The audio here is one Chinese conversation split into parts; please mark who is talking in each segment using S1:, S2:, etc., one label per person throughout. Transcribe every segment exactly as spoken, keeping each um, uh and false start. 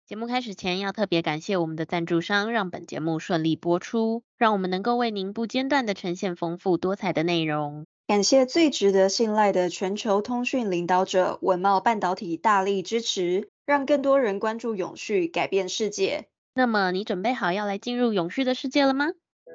S1: 节目开始前要特别感谢我们的赞助商，让本节目顺利播出，让我们能够为您不间断的呈现丰富多彩的内容。
S2: 感谢最值得信赖的全球通讯领导者文茂半导体大力支持，让更多人关注永续，改变世界。
S1: 那么你准备好要来进入永续的世界了吗？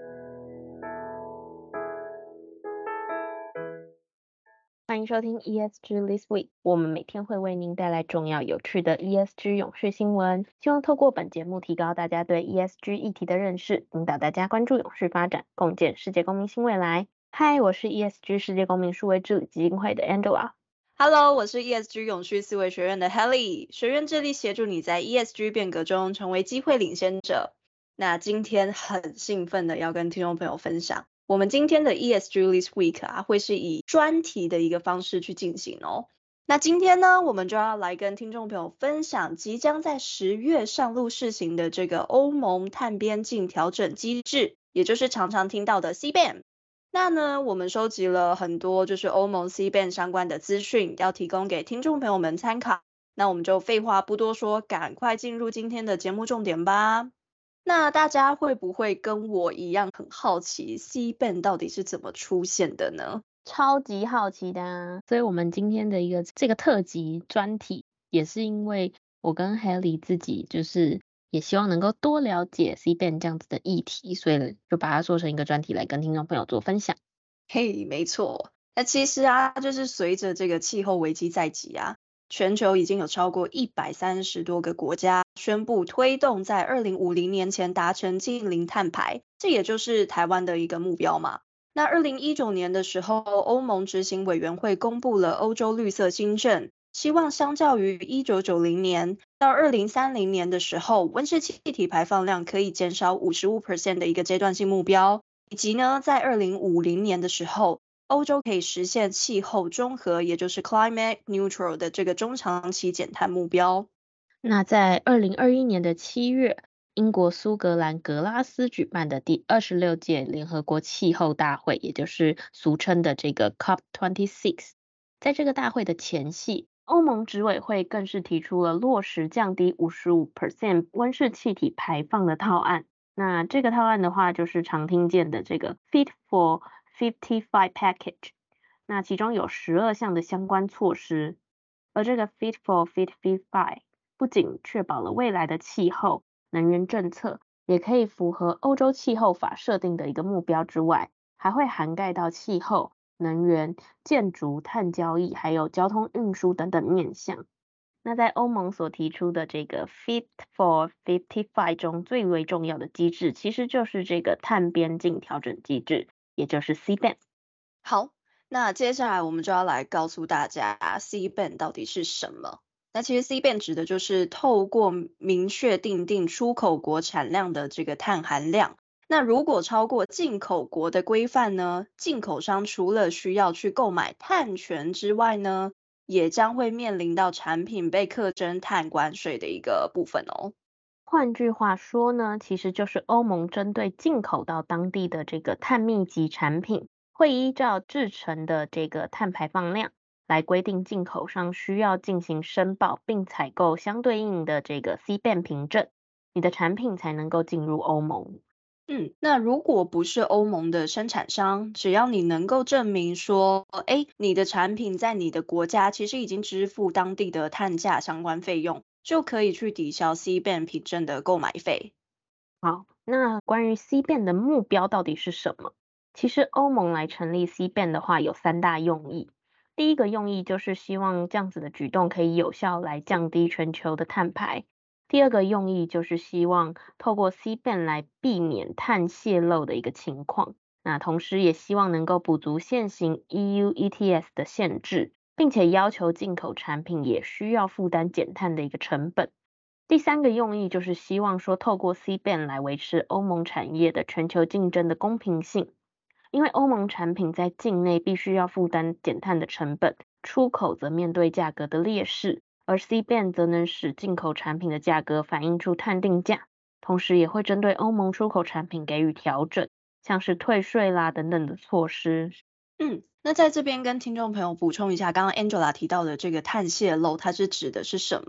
S1: 欢迎收听 E S G This Week， 我们每天会为您带来重要有趣的 E S G 永续新闻，希望透过本节目提高大家对 E S G 议题的认识，引导大家关注永续发展，共建世界公民新未来。嗨，我是 E S G 世界公民数位治理基金会的 Angela。Hello，
S2: 我是 E S G 永续思维学院的 Helly， 学院致力协助你在 E S G 变革中成为机会领先者。那今天很兴奋的要跟听众朋友分享，我们今天的 E S G This Week 啊，会是以专题的一个方式去进行哦。那今天呢，我们就要来跟听众朋友分享即将在十月上路试行的这个欧盟碳边境调整机制，也就是常常听到的 C B A M。那呢，我们收集了很多就是欧盟 C B A M 相关的资讯，要提供给听众朋友们参考。那我们就废话不多说，赶快进入今天的节目重点吧。那大家会不会跟我一样很好奇 C B A M 到底是怎么出现的呢？
S1: 超级好奇的啊，所以我们今天的一个这个特辑专题，也是因为我跟 Helly 自己就是也希望能够多了解 C B A M 这样子的议题，所以就把它做成一个专题来跟听众朋友做分享。
S2: 嘿，没错。那其实啊，就是随着这个气候危机在即啊，全球已经有超过一百三十多个国家宣布推动在二零五零年前达成净零碳排，这也就是台湾的一个目标嘛。那二零一九年的时候，欧盟执行委员会公布了欧洲绿色新政，希望相较于一九九零年到二零三零年的时候，温室气体排放量可以减少 百分之五十五 的一个阶段性目标，以及呢，在二零五零年的时候，欧洲可以实现气候中和，也就是 climate neutral 的这个中长期减碳目标。
S1: 那在二零二一年的七月，英国苏格兰格拉斯举办的第二十六届联合国气候大会，也就是俗称的这个 C O P 二十六， 在这个大会的前夕，欧盟执委会更是提出了落实降低 百分之五十五 温室气体排放的套案。那这个套案的话，就是常听见的这个 Fit for 五十五 Package， 那其中有十二项的相关措施，而这个 Fit for 五十五不仅确保了未来的气候能源政策，也可以符合欧洲气候法设定的一个目标之外，还会涵盖到气候、能源、建筑、碳交易，还有交通运输等等面向。那在欧盟所提出的这个 Fit for 五十五中最为重要的机制，其实就是这个碳边境调整机制，也就是 C B A M。
S2: 好，那接下来我们就要来告诉大家 C B A M 到底是什么。那其实 C B A M 指的就是透过明确定定出口国产量的这个碳含量。那如果超过进口国的规范呢，进口商除了需要去购买碳权之外呢，也将会面临到产品被课征碳关税的一个部分哦。
S1: 换句话说呢，其实就是欧盟针对进口到当地的这个碳密集产品，会依照制成的这个碳排放量来规定进口商需要进行申报并采购相对应的这个 C B A M 凭证，你的产品才能够进入欧盟。
S2: 嗯，那如果不是欧盟的生产商，只要你能够证明说，哎，你的产品在你的国家其实已经支付当地的碳价相关费用，就可以去抵消 C B A M 凭证的购买费。
S1: 好，那关于 C B A M 的目标到底是什么？其实欧盟来成立 C B A M 的话有三大用意。第一个用意就是希望这样子的举动可以有效来降低全球的碳排。第二个用意就是希望透过 C B A M 来避免碳泄漏的一个情况，那同时也希望能够补足现行 E U E T S 的限制，并且要求进口产品也需要负担减碳的一个成本。第三个用意就是希望说透过 C B A M 来维持欧盟产业的全球竞争的公平性，因为欧盟产品在境内必须要负担减碳的成本，出口则面对价格的劣势，而 C B A M 则能使进口产品的价格反映出碳定价，同时也会针对欧盟出口产品给予调整，像是退税啦等等的措施。
S2: 嗯，那在这边跟听众朋友补充一下，刚刚 Angela 提到的这个碳泄漏，它是指的是什么？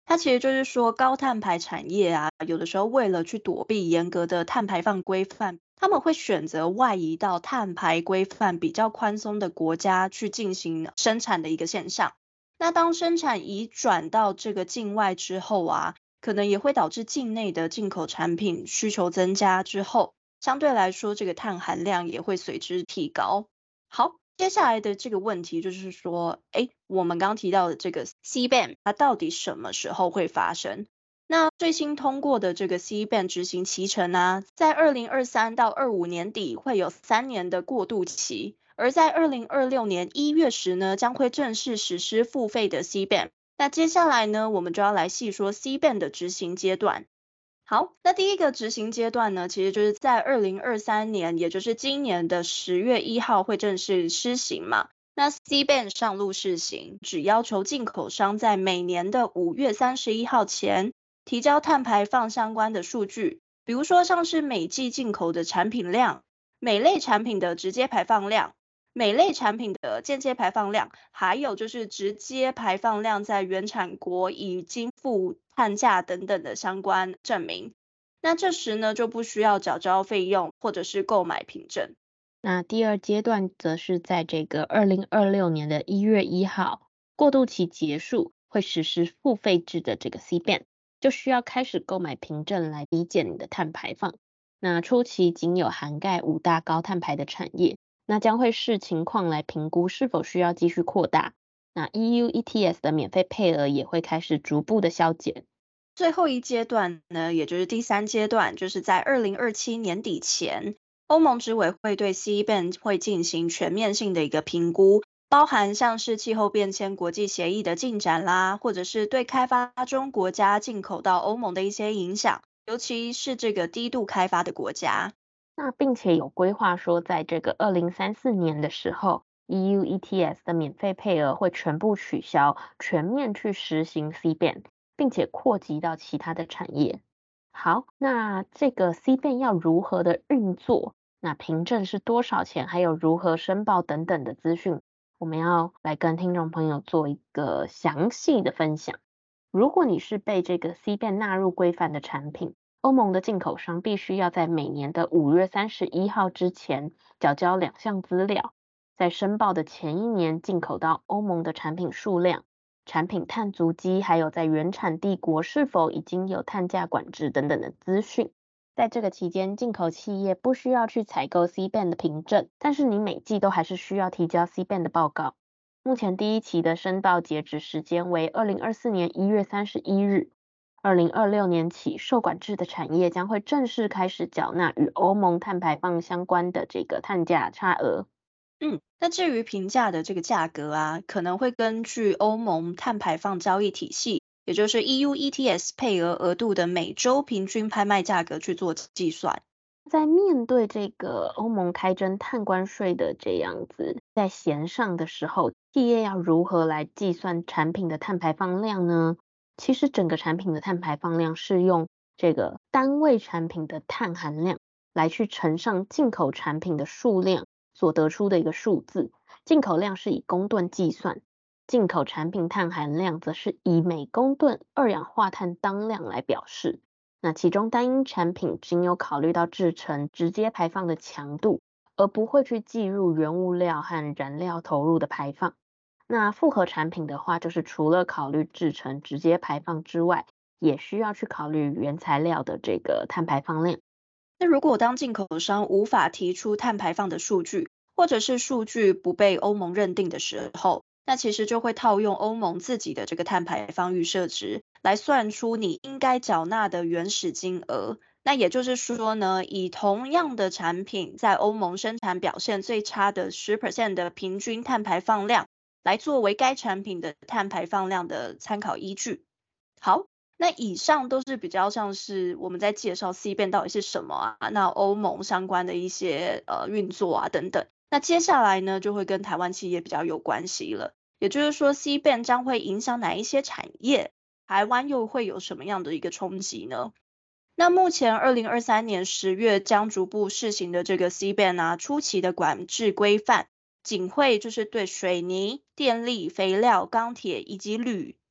S2: 它其实就是说高碳排产业啊，有的时候为了去躲避严格的碳排放规范，他们会选择外移到碳排规范比较宽松的国家去进行生产的一个现象。那当生产移转到这个境外之后啊，可能也会导致境内的进口产品需求增加之后，相对来说这个碳含量也会随之提高。好，接下来的这个问题就是说，诶，我们刚提到的这个 C ban 它到底什么时候会发生？那最新通过的这个 C ban 执行期程啊，在二零二三到二五年底会有三年的过渡期，而在二零二六年一月时呢，将会正式实施付费的 C ban。那接下来呢，我们就要来细说 C ban 的执行阶段。好，那第一个执行阶段呢，其实就是在二零二三年，也就是今年的十月一号会正式施行嘛。那 C ban 上路试行，只要求进口商在每年的五月三十一号前提交碳排放相关的数据，比如说像是每季进口的产品量、每类产品的直接排放量、每类产品的间接排放量，还有就是直接排放量在原产国已经付碳价等等的相关证明。那这时呢，就不需要缴交费用或者是购买凭证。
S1: 那第二阶段则是在这个二零二六年的一月一号，过渡期结束，会实施付费制的这个 C ban， 就需要开始购买凭证来抵减你的碳排放。那初期仅有涵盖五大高碳排的产业，那将会视情况来评估是否需要继续扩大。那 E U E T S 的免费配额也会开始逐步的削减。
S2: 最后一阶段呢，也就是第三阶段，就是在二零二七年底前，欧盟执委会对 C ban 会进行全面性的一个评估，包含像是气候变迁国际协议的进展啦，或者是对开发中国家进口到欧盟的一些影响，尤其是这个低度开发的国家。
S1: 那并且有规划说，在这个二零三四年的时候，E U E T S 的免费配额会全部取消，全面去实行 C ban， 并且扩及到其他的产业。好，那这个 C ban 要如何的运作？那凭证是多少钱？还有如何申报等等的资讯，我们要来跟听众朋友做一个详细的分享。如果你是被这个 C ban 纳入规范的产品，欧盟的进口商必须要在每年的五月三十一号之前缴交两项资料，在申报的前一年进口到欧盟的产品数量、产品碳足迹，还有在原产地国是否已经有碳价管制等等的资讯。在这个期间，进口企业不需要去采购 C ban 的凭证，但是你每季都还是需要提交 C ban 的报告。目前第一期的申报截止时间为二零二四年一月三十一日。二零二六年起，受管制的产业将会正式开始缴纳与欧盟碳排放相关的这个碳价差额。
S2: 嗯，那至于评价的这个价格啊，可能会根据欧盟碳排放交易体系，也就是 E U E T S 配额额度的每周平均拍卖价格去做计算。
S1: 在面对这个欧盟开征碳关税的这样子在弦上的时候，企业要如何来计算产品的碳排放量呢？其实整个产品的碳排放量是用这个单位产品的碳含量来去乘上进口产品的数量所得出的一个数字。进口量是以公吨计算，进口产品碳含量则是以每公吨二氧化碳当量来表示。那其中单一产品仅有考虑到制成直接排放的强度，而不会去计入原物料和燃料投入的排放。那复合产品的话，就是除了考虑制成直接排放之外，也需要去考虑原材料的这个碳排放量。
S2: 那如果当进口商无法提出碳排放的数据，或者是数据不被欧盟认定的时候，那其实就会套用欧盟自己的这个碳排放预设值来算出你应该缴纳的原始金额。那也就是说呢，以同样的产品在欧盟生产表现最差的 百分之十 的平均碳排放量，来作为该产品的碳排放量的参考依据。好，那以上都是比较像是我们在介绍 C ban 到底是什么啊，那欧盟相关的一些呃运作啊等等。那接下来呢，就会跟台湾企业比较有关系了。也就是说 C ban 将会影响哪一些产业，台湾又会有什么样的一个冲击呢？那目前二零二三年十月将逐步试行的这个 C ban 啊，初期的管制规范仅会就是对水泥、电力、肥料、钢铁以及铝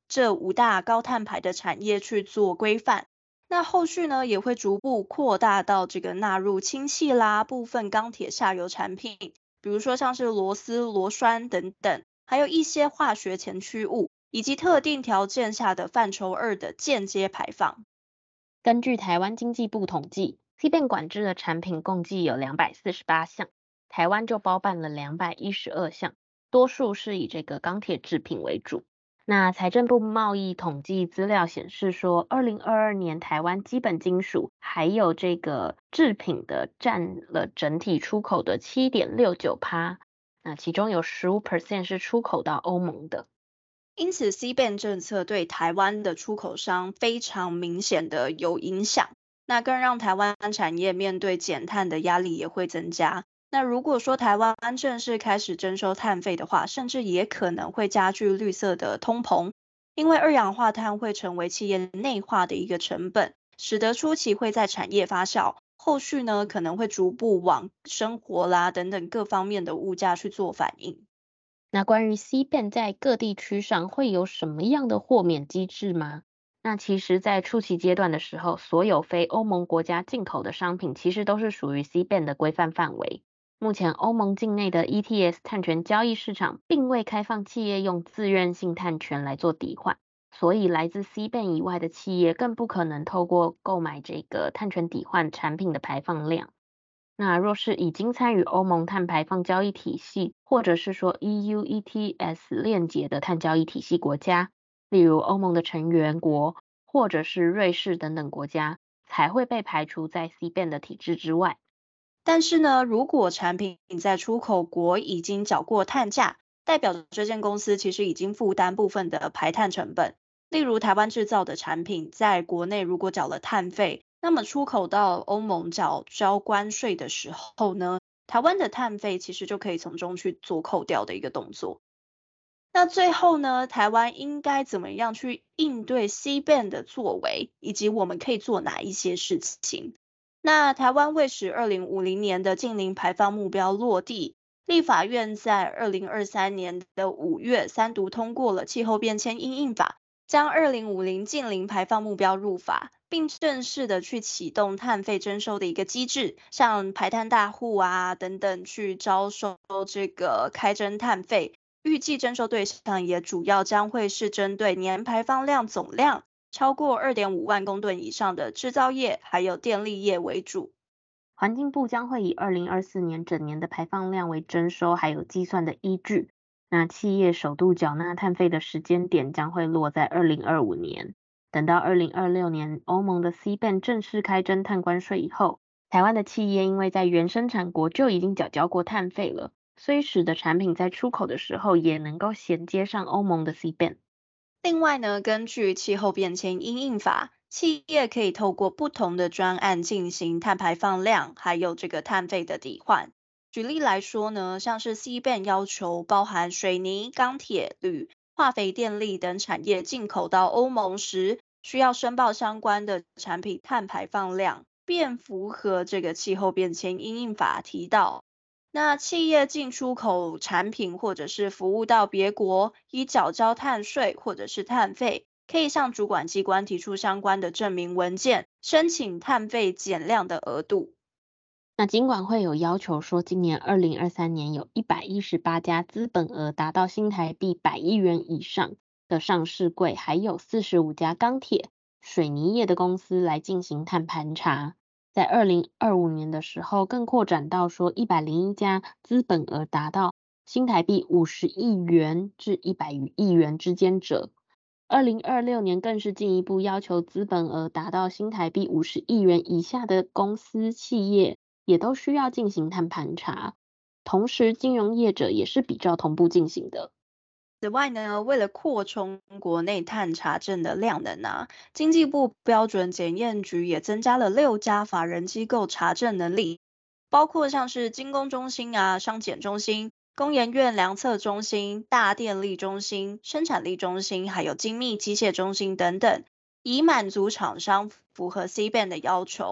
S2: 这五大高碳排的产业去做规范。那后续呢，也会逐步扩大到这个纳入氢气啦、部分钢铁下游产品，比如说像是螺丝、螺栓等等，还有一些化学前驱物，以及特定条件下的范畴二的间接排放。
S1: 根据台湾经济部统计，C B A N管制的产品共计有两百四十八项，台湾就包办了两百一十二项，多数是以这个钢铁制品为主。那财政部贸易统计资料显示说，二零二二年台湾基本金属还有这个制品的占了整体出口的 百分之七点六九， 那其中有 百分之十五 是出口到欧盟的。
S2: 因此 C B A N 政策对台湾的出口商非常明显的有影响，那更让台湾产业面对减碳的压力也会增加。那如果说台湾正式开始征收碳费的话，甚至也可能会加剧绿色的通膨，因为二氧化碳会成为企业内化的一个成本，使得初期会在产业发酵，后续呢可能会逐步往生活啦等等各方面的物价去做反应。
S1: 那关于 C B A N 在各地区上会有什么样的豁免机制吗？那其实在初期阶段的时候，所有非欧盟国家进口的商品其实都是属于 C B A N 的规范范围。目前欧盟境内的 E T S 碳权交易市场并未开放企业用自愿性碳权来做抵换，所以来自 C B A N 以外的企业更不可能透过购买这个碳权抵换产品的排放量。那若是已经参与欧盟碳排放交易体系，或者是说 E U E T S 链接的碳交易体系国家，例如欧盟的成员国，或者是瑞士等等国家，才会被排除在 C B A N 的体制之外。
S2: 但是呢，如果产品在出口国已经缴过碳价，代表这间公司其实已经负担部分的排碳成本。例如台湾制造的产品在国内如果缴了碳费，那么出口到欧盟缴交关税的时候呢，台湾的碳费其实就可以从中去做扣掉的一个动作。那最后呢，台湾应该怎么样去应对 C B A N 的作为，以及我们可以做哪一些事情？那台湾为使二零五零年的净零排放目标落地，立法院在二零二三年的五月三读通过了气候变迁因应法，将二零五零净零排放目标入法，并正式的去启动碳费征收的一个机制，像排碳大户啊等等去招收这个开征碳费，预计征收对象也主要将会是针对年排放量总量超过 二点五万公吨以上的制造业还有电力业为主。
S1: 环境部将会以二零二四年整年的排放量为征收还有计算的依据，那企业首度缴纳碳费的时间点将会落在二零二五年。等到二零二六年欧盟的 C B A N 正式开征碳关税以后，台湾的企业因为在原生产国就已经缴交过碳费了，所以使得产品在出口的时候也能够衔接上欧盟的 C B A N。
S2: 另外呢，根据气候变迁因应法，企业可以透过不同的专案进行碳排放量还有这个碳费的抵换。举例来说呢，像是 C B A N 要求包含水泥、钢铁、铝、化肥、电力等产业进口到欧盟时，需要申报相关的产品碳排放量，便符合这个气候变迁因应法提到。那企业进出口产品或者是服务到别国，以缴交碳税或者是碳费，可以向主管机关提出相关的证明文件，申请碳费减量的额度。
S1: 那尽管会有要求说，今年二零二三年有一百一十八家资本额达到新台币百亿元以上的上市柜，还有四十五家钢铁、水泥业的公司来进行碳盘查。在二零二五年的时候，更扩展到说一百零一家资本额达到新台币五十亿元至一百亿元之间者。二零二六年更是进一步要求资本额达到新台币五十亿元以下的公司企业，也都需要进行碳盘查。同时，金融业者也是比照同步进行的。
S2: 此外呢，为了扩充国内碳查证的量能啊，经济部标准检验局也增加了六家法人机构查证能力，包括像是精工中心啊、商检中心、工研院量测中心、大电力中心、生产力中心，还有精密机械中心等等，以满足厂商符合 C B A N 的要求。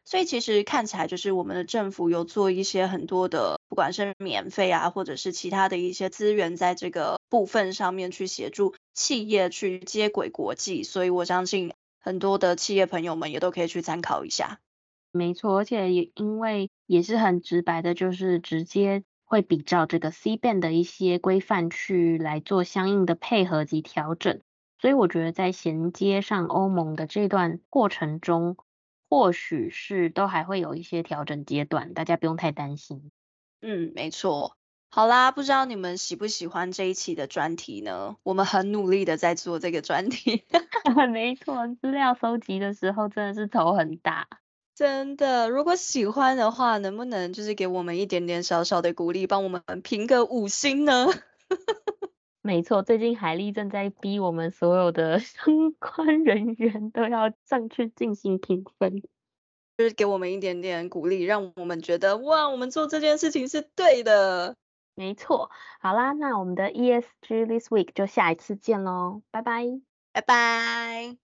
S2: 所以其实看起来就是我们的政府有做一些很多的，不管是免费啊，或者是其他的一些资源，在这个部分上面去协助企业去接轨国际，所以我相信很多的企业朋友们也都可以去参考一下。
S1: 没错，而且也因为也是很直白的，就是直接会比照这个 C band 的一些规范去来做相应的配合及调整，所以我觉得在衔接上欧盟的这段过程中，或许是都还会有一些调整阶段，大家不用太担心。
S2: 嗯，没错。好啦，不知道你们喜不喜欢这一期的专题呢？我们很努力的在做这个专题。
S1: 没错，资料搜集的时候真的是头很大。
S2: 真的，如果喜欢的话，能不能就是给我们一点点小小的鼓励，帮我们评个五星呢？
S1: 没错，最近海丽正在逼我们所有的相关人员都要上去进行评分。
S2: 就是给我们一点点鼓励，让我们觉得哇，我们做这件事情是对的。
S1: 没错，好啦，那我们的 E S G This Week 就下一次见喽，拜拜。
S2: 拜拜。